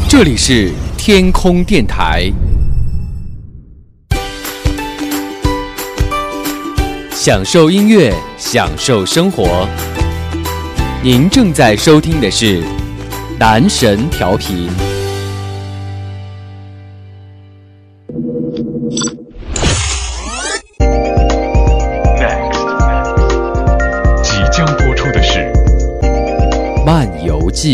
这里是天空电台，享受音乐，享受生活。您正在收听的是男神调频。 即将播出的是 《漫游记》。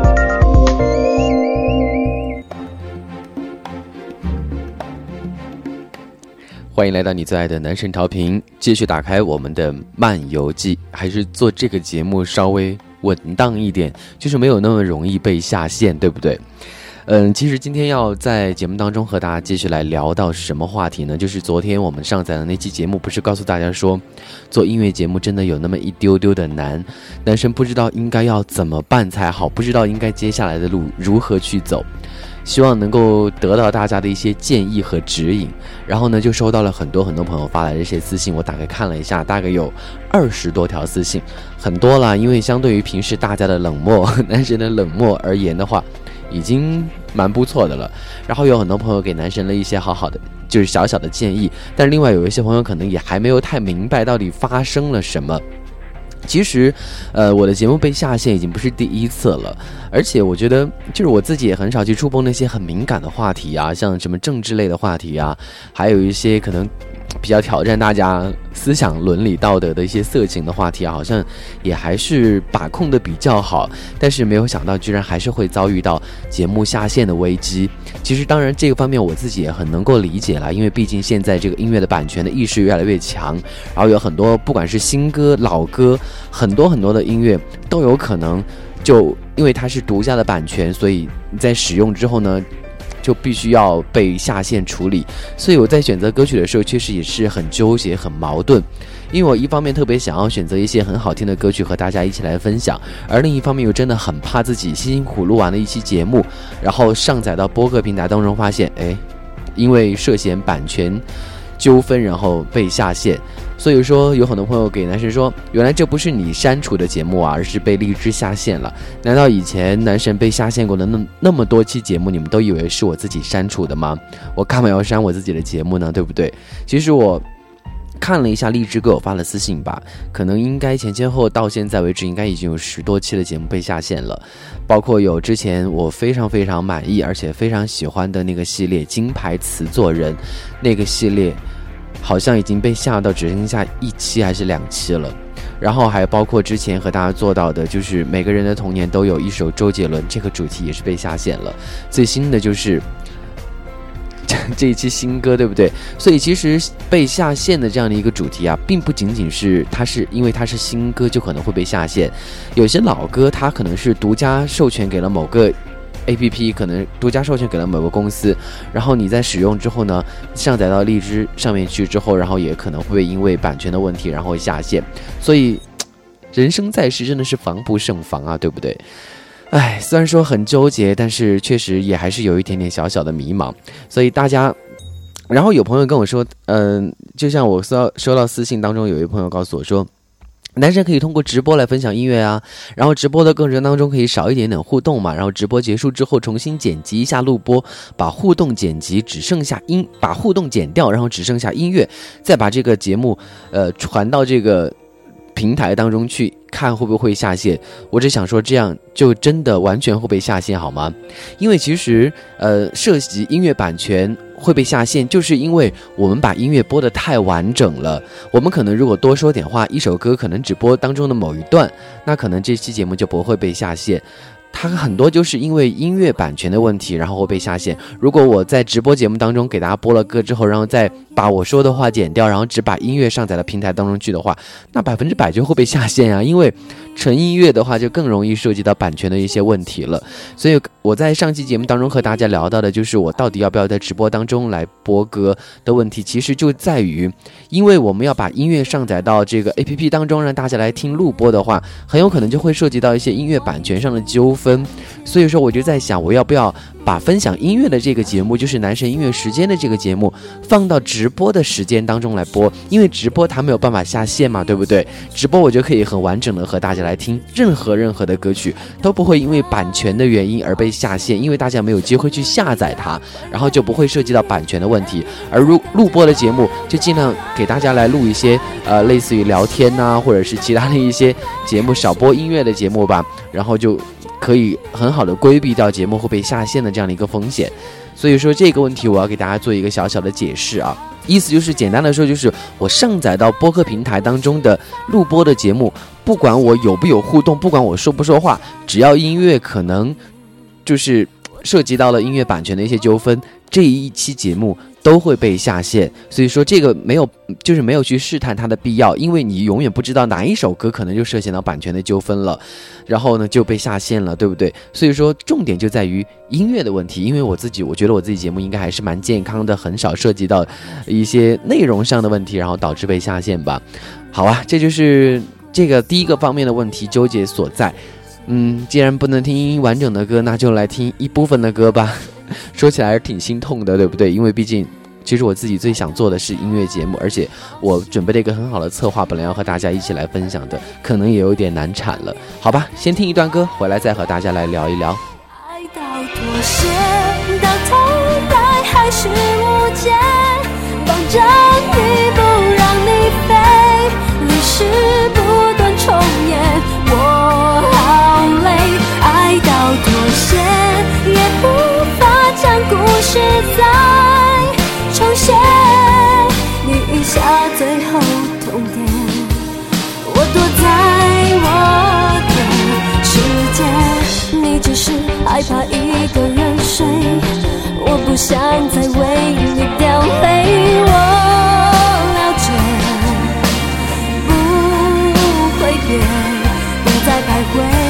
欢迎来到你最爱的男神调频，继续打开我们的漫游记。还是做这个节目稍微稳当一点，就是没有那么容易被下线，对不对？其实今天要在节目当中和大家继续来聊到什么话题呢？就是昨天我们上载的那期节目，不是告诉大家说做音乐节目真的有那么一丢丢的难，男生不知道应该要怎么办才好，不知道应该接下来的路如何去走，希望能够得到大家的一些建议和指引。然后呢，就收到了很多朋友发来的这些私信，我打开看了一下，大概有20多条私信，很多了。因为相对于平时大家的冷漠，男神的冷漠而言的话，已经蛮不错的了。然后有很多朋友给男神了一些好的，就是小小的建议，但另外有一些朋友可能也还没有太明白到底发生了什么。其实我的节目被下线已经不是第一次了，而且我觉得就是我自己也很少去触碰那些很敏感的话题啊，像什么政治类的话题啊，还有一些可能比较挑战大家思想伦理道德的一些色情的话题啊，好像也还是把控的比较好，但是没有想到居然还是会遭遇到节目下线的危机。其实当然这个方面我自己也很能够理解啦，因为毕竟现在这个音乐的版权的意识越来越强，然后有很多不管是新歌老歌，很多的音乐都有可能就因为它是独家的版权，所以在使用之后呢就必须要被下线处理。所以我在选择歌曲的时候确实也是很纠结很矛盾，因为我一方面特别想要选择一些很好听的歌曲和大家一起来分享，而另一方面又真的很怕自己辛辛苦录完的一期节目，然后上载到播客平台当中发现因为涉嫌版权纠纷然后被下线。所以说有很多朋友给男神说，原来这不是你删除的节目啊，而是被荔枝下线了。难道以前男神被下线过的那么多期节目，你们都以为是我自己删除的吗？我干嘛要删我自己的节目呢，对不对？其实我看了一下荔枝给我发了私信吧，可能应该前后到现在为止应该已经有10多期的节目被下线了，包括有之前我非常满意而且非常喜欢的那个系列金牌词作人，那个系列好像已经被下到只剩下1期还是2期了。然后还包括之前和大家做到的就是每个人的童年都有一首周杰伦，这个主题也是被下线了。最新的就是这一期新歌，对不对？所以其实被下线的这样的一个主题啊，并不仅仅是它是因为它是新歌就可能会被下线，有些老歌它可能是独家授权给了某个APP， 可能独家授权给了某个公司，然后你在使用之后呢，上载到荔枝上面去之后，然后也可能会因为版权的问题然后下线。所以人生在世真的是防不胜防啊，对不对？虽然说很纠结，但是确实也还是有一点点小小的迷茫。所以大家，然后有朋友跟我说，就像我收到私信当中有一位朋友告诉我说，男生可以通过直播来分享音乐啊，然后直播的过程当中可以少一点点互动嘛，然后直播结束之后重新剪辑一下录播，把互动剪辑只剩下把互动剪掉，然后只剩下音乐，再把这个节目传到这个平台当中去看会不会下线。我只想说这样就真的完全会被下线好吗？因为其实涉及音乐版权会被下线，就是因为我们把音乐播得太完整了。我们可能如果多说点话，一首歌可能只播当中的某一段，那可能这期节目就不会被下线。它很多就是因为音乐版权的问题然后会被下线。如果我在直播节目当中给大家播了歌之后，然后再把我说的话剪掉，然后只把音乐上载到平台当中去的话，那100%就会被下线啊。因为纯音乐的话就更容易涉及到版权的一些问题了。所以我在上期节目当中和大家聊到的就是我到底要不要在直播当中来播歌的问题，其实就在于因为我们要把音乐上载到这个 APP 当中让大家来听录播的话，很有可能就会涉及到一些音乐版权上的纠纷。所以说我就在想，我要不要把分享音乐的这个节目，就是男神音乐时间的这个节目，放到直播的时间当中来播，因为直播它没有办法下线嘛，对不对？直播我就可以很完整的和大家来听任何的歌曲，都不会因为版权的原因而被下线，因为大家没有机会去下载它，然后就不会涉及到版权的问题。而录播的节目就尽量给大家来录一些类似于聊天啊，或者是其他的一些节目，少播音乐的节目吧，然后就可以很好的规避掉节目会被下线的这样的一个风险。所以说这个问题我要给大家做一个小小的解释啊，意思就是简单的说，就是我上载到播客平台当中的录播的节目，不管我有不有互动，不管我说不说话，只要音乐可能就是涉及到了音乐版权的一些纠纷，这一期节目都会被下线。所以说这个没有去试探它的必要，因为你永远不知道哪一首歌可能就涉及到版权的纠纷了，然后呢就被下线了，对不对？所以说重点就在于音乐的问题，因为我觉得我自己节目应该还是蛮健康的，很少涉及到一些内容上的问题，然后导致被下线吧。好啊，这就是这个第一个方面的问题纠结所在。既然不能听完整的歌，那就来听一部分的歌吧。说起来挺心痛的，对不对？因为毕竟其实我自己最想做的是音乐节目，而且我准备了一个很好的策划，本来要和大家一起来分享的，可能也有点难产了。好吧，先听一段歌，回来再和大家来聊一聊。 爱到妥协，到头来还是无解，绑着你不让你飞，历史不断重演，我好累。爱到妥协，也无法将故事再重写，你饮下最后痛点，我躲在我的世界，你只是害怕一个人睡，我不想再为你掉泪，我了解，不会变，不再徘徊，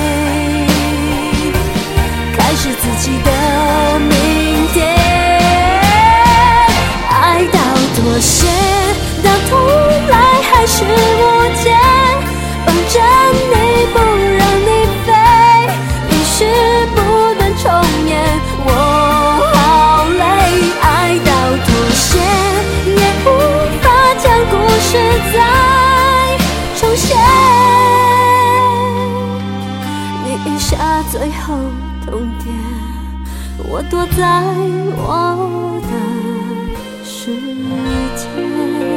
开始自己的明天。爱到妥协，到头来还是无解，绑着你不让你飞，历史不断重演，我好累。爱到妥协，也无法将故事再重写，你饮下最后痛点，我躲在我的世界。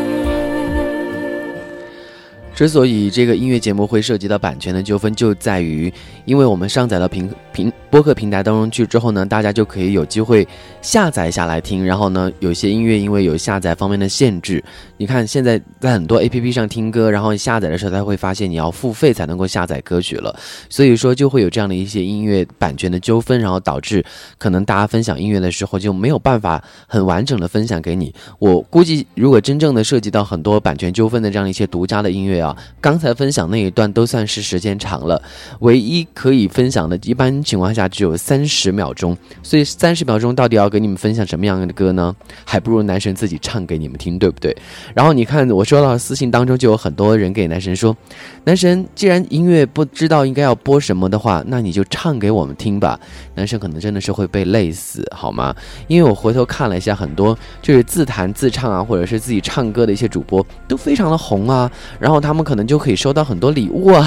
之所以这个音乐节目会涉及到版权的纠纷，就在于因为我们上载到播客平台当中去之后呢，大家就可以有机会下载下来听，然后呢有些音乐因为有下载方面的限制，你看现在在很多 APP 上听歌，然后下载的时候他会发现你要付费才能够下载歌曲了，所以说就会有这样的一些音乐版权的纠纷，然后导致可能大家分享音乐的时候就没有办法很完整的分享给你。我估计如果真正的涉及到很多版权纠纷的这样一些独家的音乐啊，刚才分享那一段都算是时间长了，唯一可以分享的一般情况下只有30秒钟，所以30秒钟到底要给你们分享什么样的歌呢？还不如男神自己唱给你们听，对不对？然后你看我收到私信当中就有很多人给男神说，男神既然音乐不知道应该要播什么的话，那你就唱给我们听吧。男神可能真的是会被累死好吗？因为我回头看了一下，很多就是自弹自唱啊，或者是自己唱歌的一些主播都非常的红啊，然后他们可能就可以收到很多礼物啊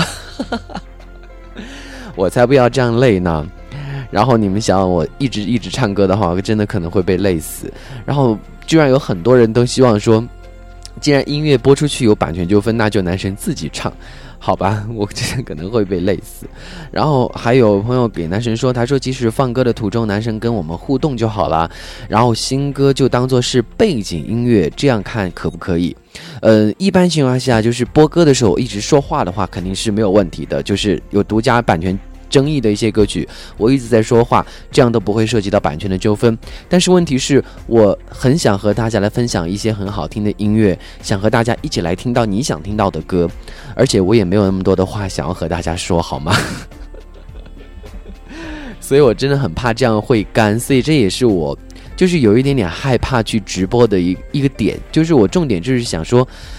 我才不要这样累呢。然后你们想我一直唱歌的话，我真的可能会被累死。然后居然有很多人都希望说，既然音乐播出去有版权纠纷，那就男神自己唱，好吧，我真的可能会被累死。然后还有朋友给男神说，他说即使放歌的途中男神跟我们互动就好了，然后新歌就当作是背景音乐，这样看可不可以？一般情况下就是播歌的时候一直说话的话肯定是没有问题的，就是有独家版权争议的一些歌曲我一直在说话，这样都不会涉及到版权的纠纷。但是问题是我很想和大家来分享一些很好听的音乐，想和大家一起来听到你想听到的歌，而且我也没有那么多的话想要和大家说好吗所以我真的很怕这样会干，所以这也是我就是有一点点害怕去直播的一个点，就是我重点就是想说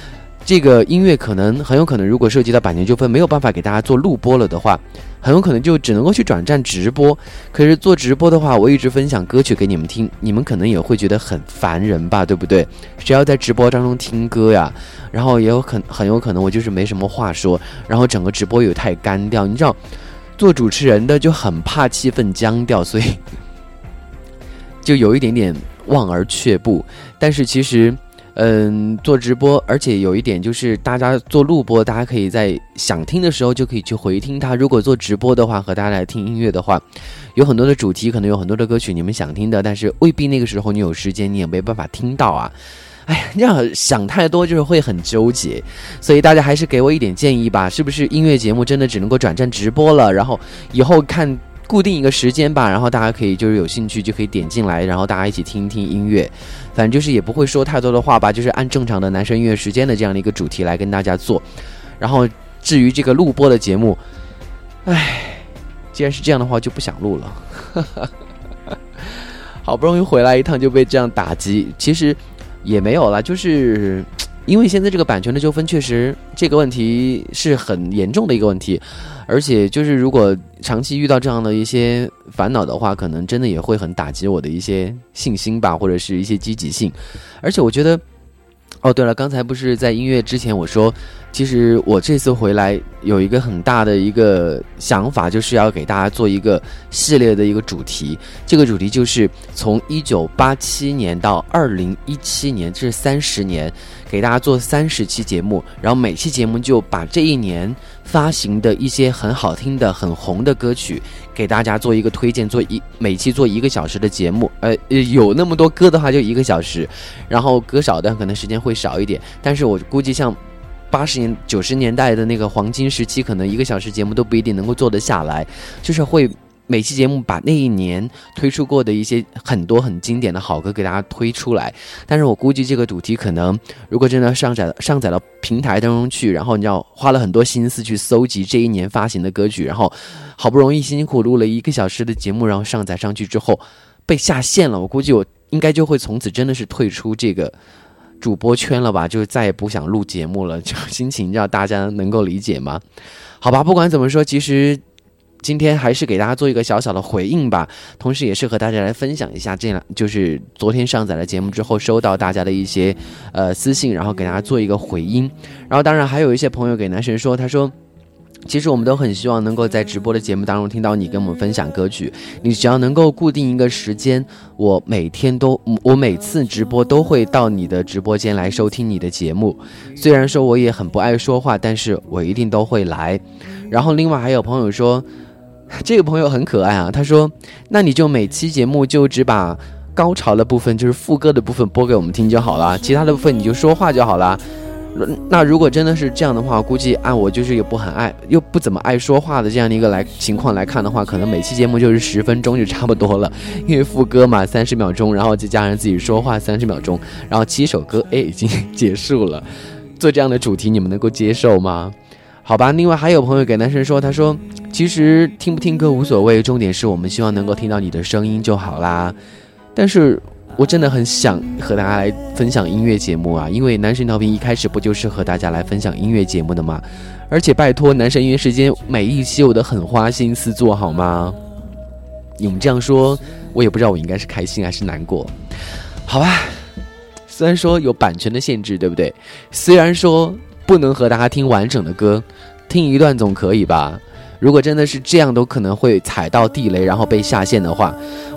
这个音乐很有可能如果涉及到版权纠纷没有办法给大家做录播了的话，很有可能就只能够去转战直播。可是做直播的话，我一直分享歌曲给你们听，你们可能也会觉得很烦人吧，对不对？谁要在直播当中听歌呀？然后也很有可能我就是没什么话说，然后整个直播也太干掉。你知道做主持人的就很怕气氛僵掉，所以就有一点点望而却步。但是其实做直播，而且有一点就是大家做录播，大家可以在想听的时候就可以去回听它。如果做直播的话，和大家来听音乐的话，有很多的主题，可能有很多的歌曲你们想听的，但是未必那个时候你有时间，你也没办法听到啊。哎呀，这样想太多就是会很纠结，所以大家还是给我一点建议吧，是不是音乐节目真的只能够转战直播了？然后以后看固定一个时间吧，然后大家可以就是有兴趣就可以点进来，然后大家一起听听音乐。反正就是也不会说太多的话吧，就是按正常的男生音乐时间的这样的一个主题来跟大家做。然后至于这个录播的节目，既然是这样的话就不想录了。好不容易回来一趟就被这样打击，其实也没有啦，就是因为现在这个版权的纠纷确实这个问题是很严重的一个问题，而且就是如果长期遇到这样的一些烦恼的话，可能真的也会很打击我的一些信心吧，或者是一些积极性。而且我觉得对了，刚才不是在音乐之前我说，其实我这次回来有一个很大的一个想法，就是要给大家做一个系列的一个主题。这个主题就是从1987年到2017年，这是30年，给大家做30期节目，然后每期节目就把这一年发行的一些很好听的很红的歌曲给大家做一个推荐，每期做1个小时的节目，有那么多歌的话就1个小时，然后歌少的可能时间会少一点，但是我估计像80年90年代的那个黄金时期，可能1个小时节目都不一定能够做得下来，就是会每期节目把那一年推出过的一些很多很经典的好歌给大家推出来。但是我估计这个主题可能如果真的上载到平台当中去，然后你要花了很多心思去搜集这一年发行的歌曲，然后好不容易辛辛苦录了1个小时的节目，然后上载上去之后被下线了，我估计我应该就会从此真的是退出这个主播圈了吧，就再也不想录节目了，就心情让大家能够理解吗？好吧，不管怎么说，其实今天还是给大家做一个小小的回应吧，同时也是和大家来分享一下，这样就是昨天上载了节目之后收到大家的一些私信，然后给大家做一个回音。然后当然还有一些朋友给男神说，他说其实我们都很希望能够在直播的节目当中听到你跟我们分享歌曲，你只要能够固定一个时间，我每次直播都会到你的直播间来收听你的节目，虽然说我也很不爱说话，但是我一定都会来。然后另外还有朋友说，这个朋友很可爱啊，他说那你就每期节目就只把高潮的部分，就是副歌的部分播给我们听就好了，其他的部分你就说话就好了。那如果真的是这样的话，估计按我就是又不怎么爱说话的这样的一个情况来看的话，可能每期节目就是10分钟就差不多了，因为副歌嘛30秒钟，然后再加上自己说话30秒钟，然后7首歌已经结束了。做这样的主题你们能够接受吗？好吧，另外还有朋友给男神说，他说其实听不听歌无所谓，重点是我们希望能够听到你的声音就好啦。但是我真的很想和大家来分享音乐节目啊，因为男神调频一开始不就是和大家来分享音乐节目的吗？而且拜托，男神音乐时间每一期我都很花心思做好吗？你们这样说我也不知道我应该是开心还是难过。好吧，虽然说有版权的限制，对不对？虽然说不能和大家听完整的歌，听一段总可以吧？如果真的是这样都可能会踩到地雷然后被下线的话，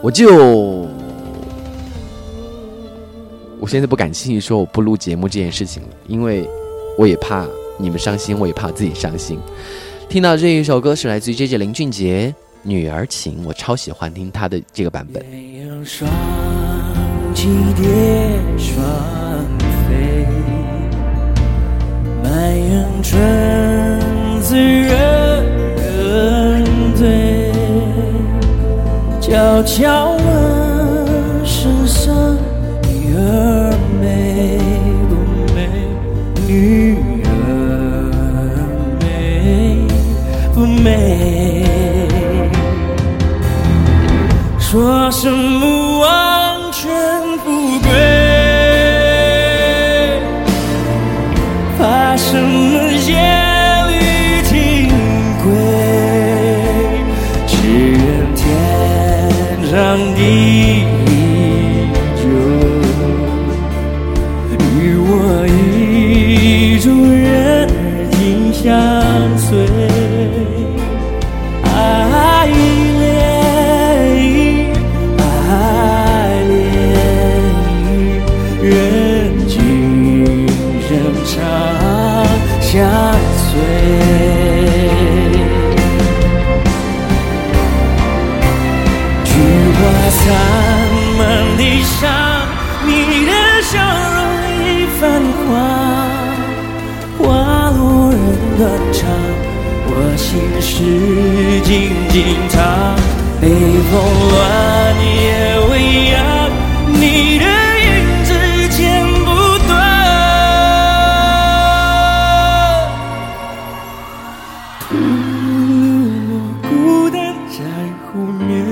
我现在不敢轻易说我不录节目这件事情了，因为我也怕你们伤心，我也怕自己伤心。听到这一首歌是来自于 JJ 林俊杰《女儿情》，我超喜欢听他的这个版本。 没有双栖蝶双飞，满园春自人人对，悄悄问世上女儿美不美，女儿美不美，说什么王权富贵， 闭上，你的笑容已泛黄，花落人断肠，我心事静静藏。北风乱夜未央，你的影子剪不断。我孤单在湖面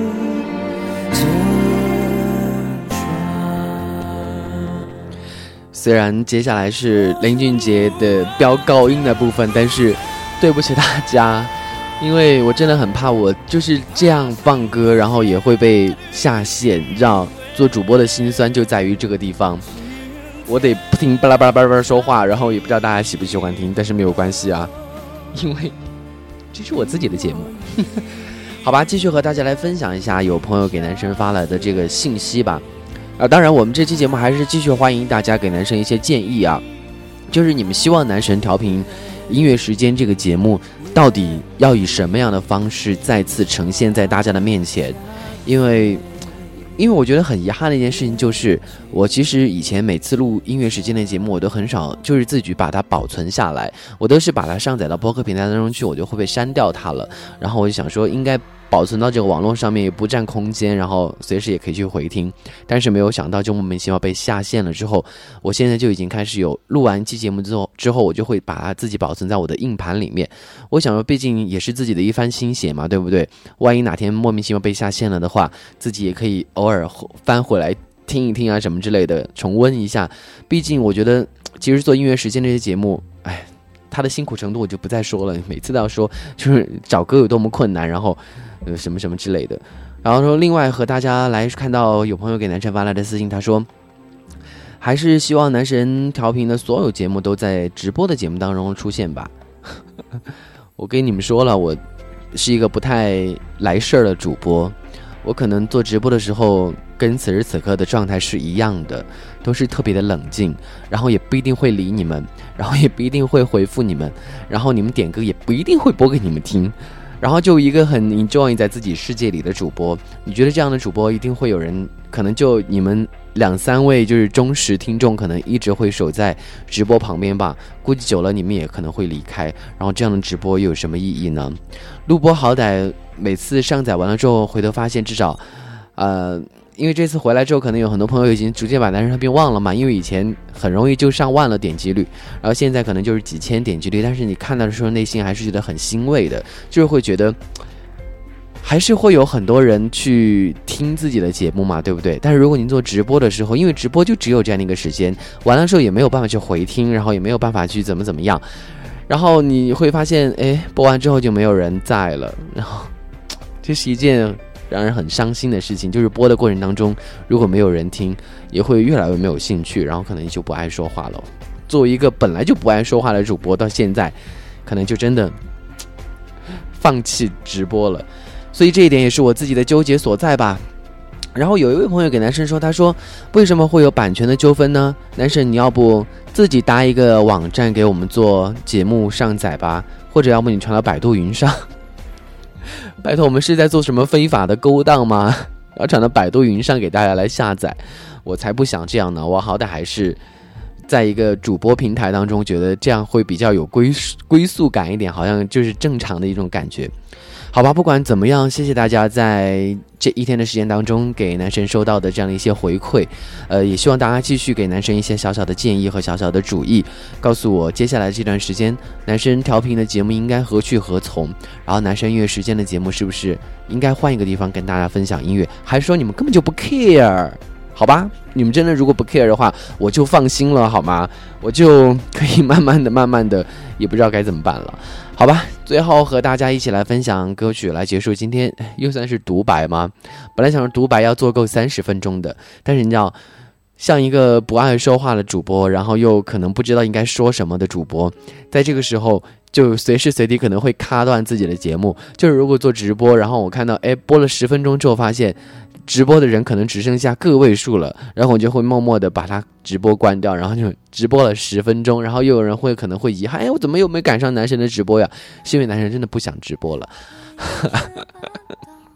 沉船。 虽然接下来是林俊杰的飙高音的部分，但是对不起大家，因为我真的很怕我就是这样放歌，然后也会被下线。你知道做主播的辛酸就在于这个地方，我得不停巴拉巴拉巴拉巴拉说话，然后也不知道大家喜不喜欢听，但是没有关系啊，因为这是我自己的节目。好吧，继续和大家来分享一下有朋友给男生发来的这个信息吧。当然我们这期节目还是继续欢迎大家给男生一些建议啊，就是你们希望男神调频音乐时间这个节目到底要以什么样的方式再次呈现在大家的面前。因为我觉得很遗憾的一件事情就是，我其实以前每次录音乐时间的节目我都很少就是自己把它保存下来，我都是把它上载到播客平台当中去，我就会被删掉它了。然后我就想说应该保存到这个网络上面也不占空间，然后随时也可以去回听，但是没有想到就莫名其妙被下线了。之后我现在就已经开始有录完期节目之后我就会把它自己保存在我的硬盘里面。我想说毕竟也是自己的一番心血嘛，对不对？万一哪天莫名其妙被下线了的话，自己也可以偶尔翻回来听一听啊什么之类的，重温一下。毕竟我觉得其实做音乐时间这些节目，他的辛苦程度我就不再说了，每次都要说就是找歌有多么困难，然后什么什么之类的。然后说另外和大家来看到有朋友给男神发来的私信，他说还是希望男神调频的所有节目都在直播的节目当中出现吧。我跟你们说了，我是一个不太来事儿的主播，我可能做直播的时候跟此时此刻的状态是一样的，都是特别的冷静，然后也不一定会理你们，然后也不一定会回复你们，然后你们点歌也不一定会播给你们听，然后就一个很 enjoy 在自己世界里的主播。你觉得这样的主播一定会有人，可能就你们2-3位就是忠实听众，可能一直会守在直播旁边吧，估计久了你们也可能会离开，然后这样的直播又有什么意义呢？录播好歹每次上载完了之后回头发现至少因为这次回来之后可能有很多朋友已经逐渐把男神调频忘了嘛，因为以前很容易就上万了点击率，然后现在可能就是几千点击率，但是你看到的时候内心还是觉得很欣慰的，就是会觉得还是会有很多人去听自己的节目嘛，对不对？但是如果您做直播的时候，因为直播就只有这样的一个时间，完了之后也没有办法去回听，然后也没有办法去怎么样，然后你会发现播完之后就没有人在了，然后这是一件让人很伤心的事情，就是播的过程当中如果没有人听，也会越来越没有兴趣，然后可能你就不爱说话了。作为一个本来就不爱说话的主播，到现在可能就真的放弃直播了，所以这一点也是我自己的纠结所在吧。然后有一位朋友给男神说，他说为什么会有版权的纠纷呢？男神你要不自己搭一个网站给我们做节目上载吧，或者要不你传到百度云上。拜托，我们是在做什么非法的勾当吗？要传到百度云上给大家来下载，我才不想这样呢。我好歹还是在一个主播平台当中，觉得这样会比较有归宿感一点，好像就是正常的一种感觉。好吧，不管怎么样，谢谢大家在这一天的时间当中给男神收到的这样的一些回馈，也希望大家继续给男神一些小小的建议和小小的主意，告诉我接下来这段时间男神调频的节目应该何去何从，然后男神音乐时间的节目是不是应该换一个地方跟大家分享音乐，还是说你们根本就不 care？ 好吧，你们真的如果不 care 的话，我就放心了好吗？我就可以慢慢的也不知道该怎么办了。好吧，最后和大家一起来分享歌曲来结束今天，又算是独白吗？本来想说独白要做够30分钟的，但是你知道像一个不爱说话的主播，然后又可能不知道应该说什么的主播，在这个时候就随时随地可能会卡断自己的节目。就是如果做直播，然后我看到播了10分钟之后发现直播的人可能只剩下个位数了，然后我就会默默的把它直播关掉，然后就直播了10分钟，然后又有人可能会遗憾，我怎么又没赶上男神的直播呀？是因为男神真的不想直播了。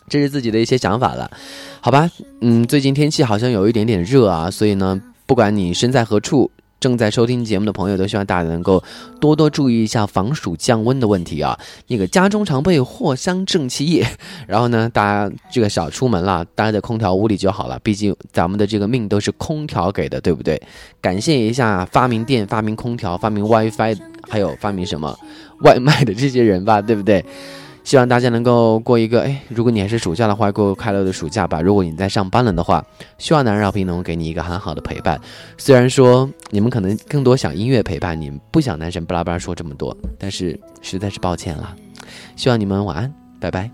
这是自己的一些想法了，好吧？最近天气好像有一点点热啊，所以呢，不管你身在何处，正在收听节目的朋友，都希望大家能够多多注意一下防暑降温的问题啊。那个家中常备藿香正气液，然后呢，大家这个少出门了，待在空调屋里就好了。毕竟咱们的这个命都是空调给的，对不对？感谢一下发明电、发明空调、发明 WiFi， 还有发明什么外卖的这些人吧，对不对？希望大家能够过一个如果你还是暑假的话，过快乐的暑假吧。如果你在上班了的话，希望男人绕屏能够给你一个很好的陪伴。虽然说你们可能更多想音乐陪伴，你们不想男神巴拉巴拉说这么多，但是实在是抱歉了。希望你们晚安，拜拜。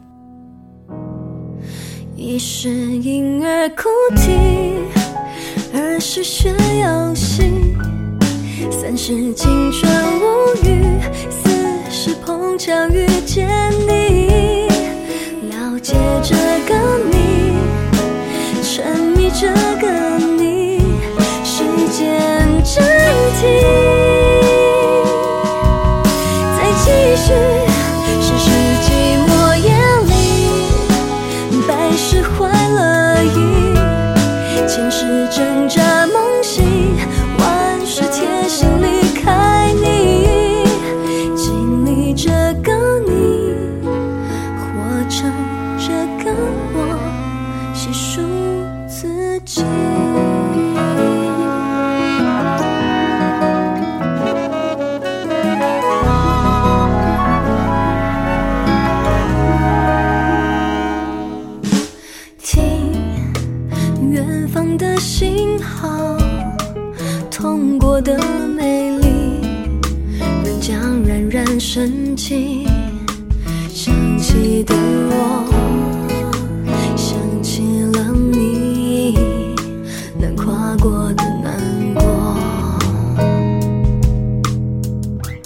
一是婴儿哭啼，二是学游戏，三是青春无语，四是碰巧遇见你，了解这个你，沉迷这个你，时间暂停，再继续，世事寂寞夜里，百事欢乐意，前世挣扎梦醒，万事贴心离开你，经历这个你，活成这个我，细数自己。听远方的信号，痛过的美丽，仍将冉冉升起，想起的我，想起了你，难跨过的难过。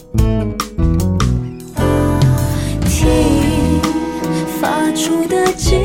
听发出的记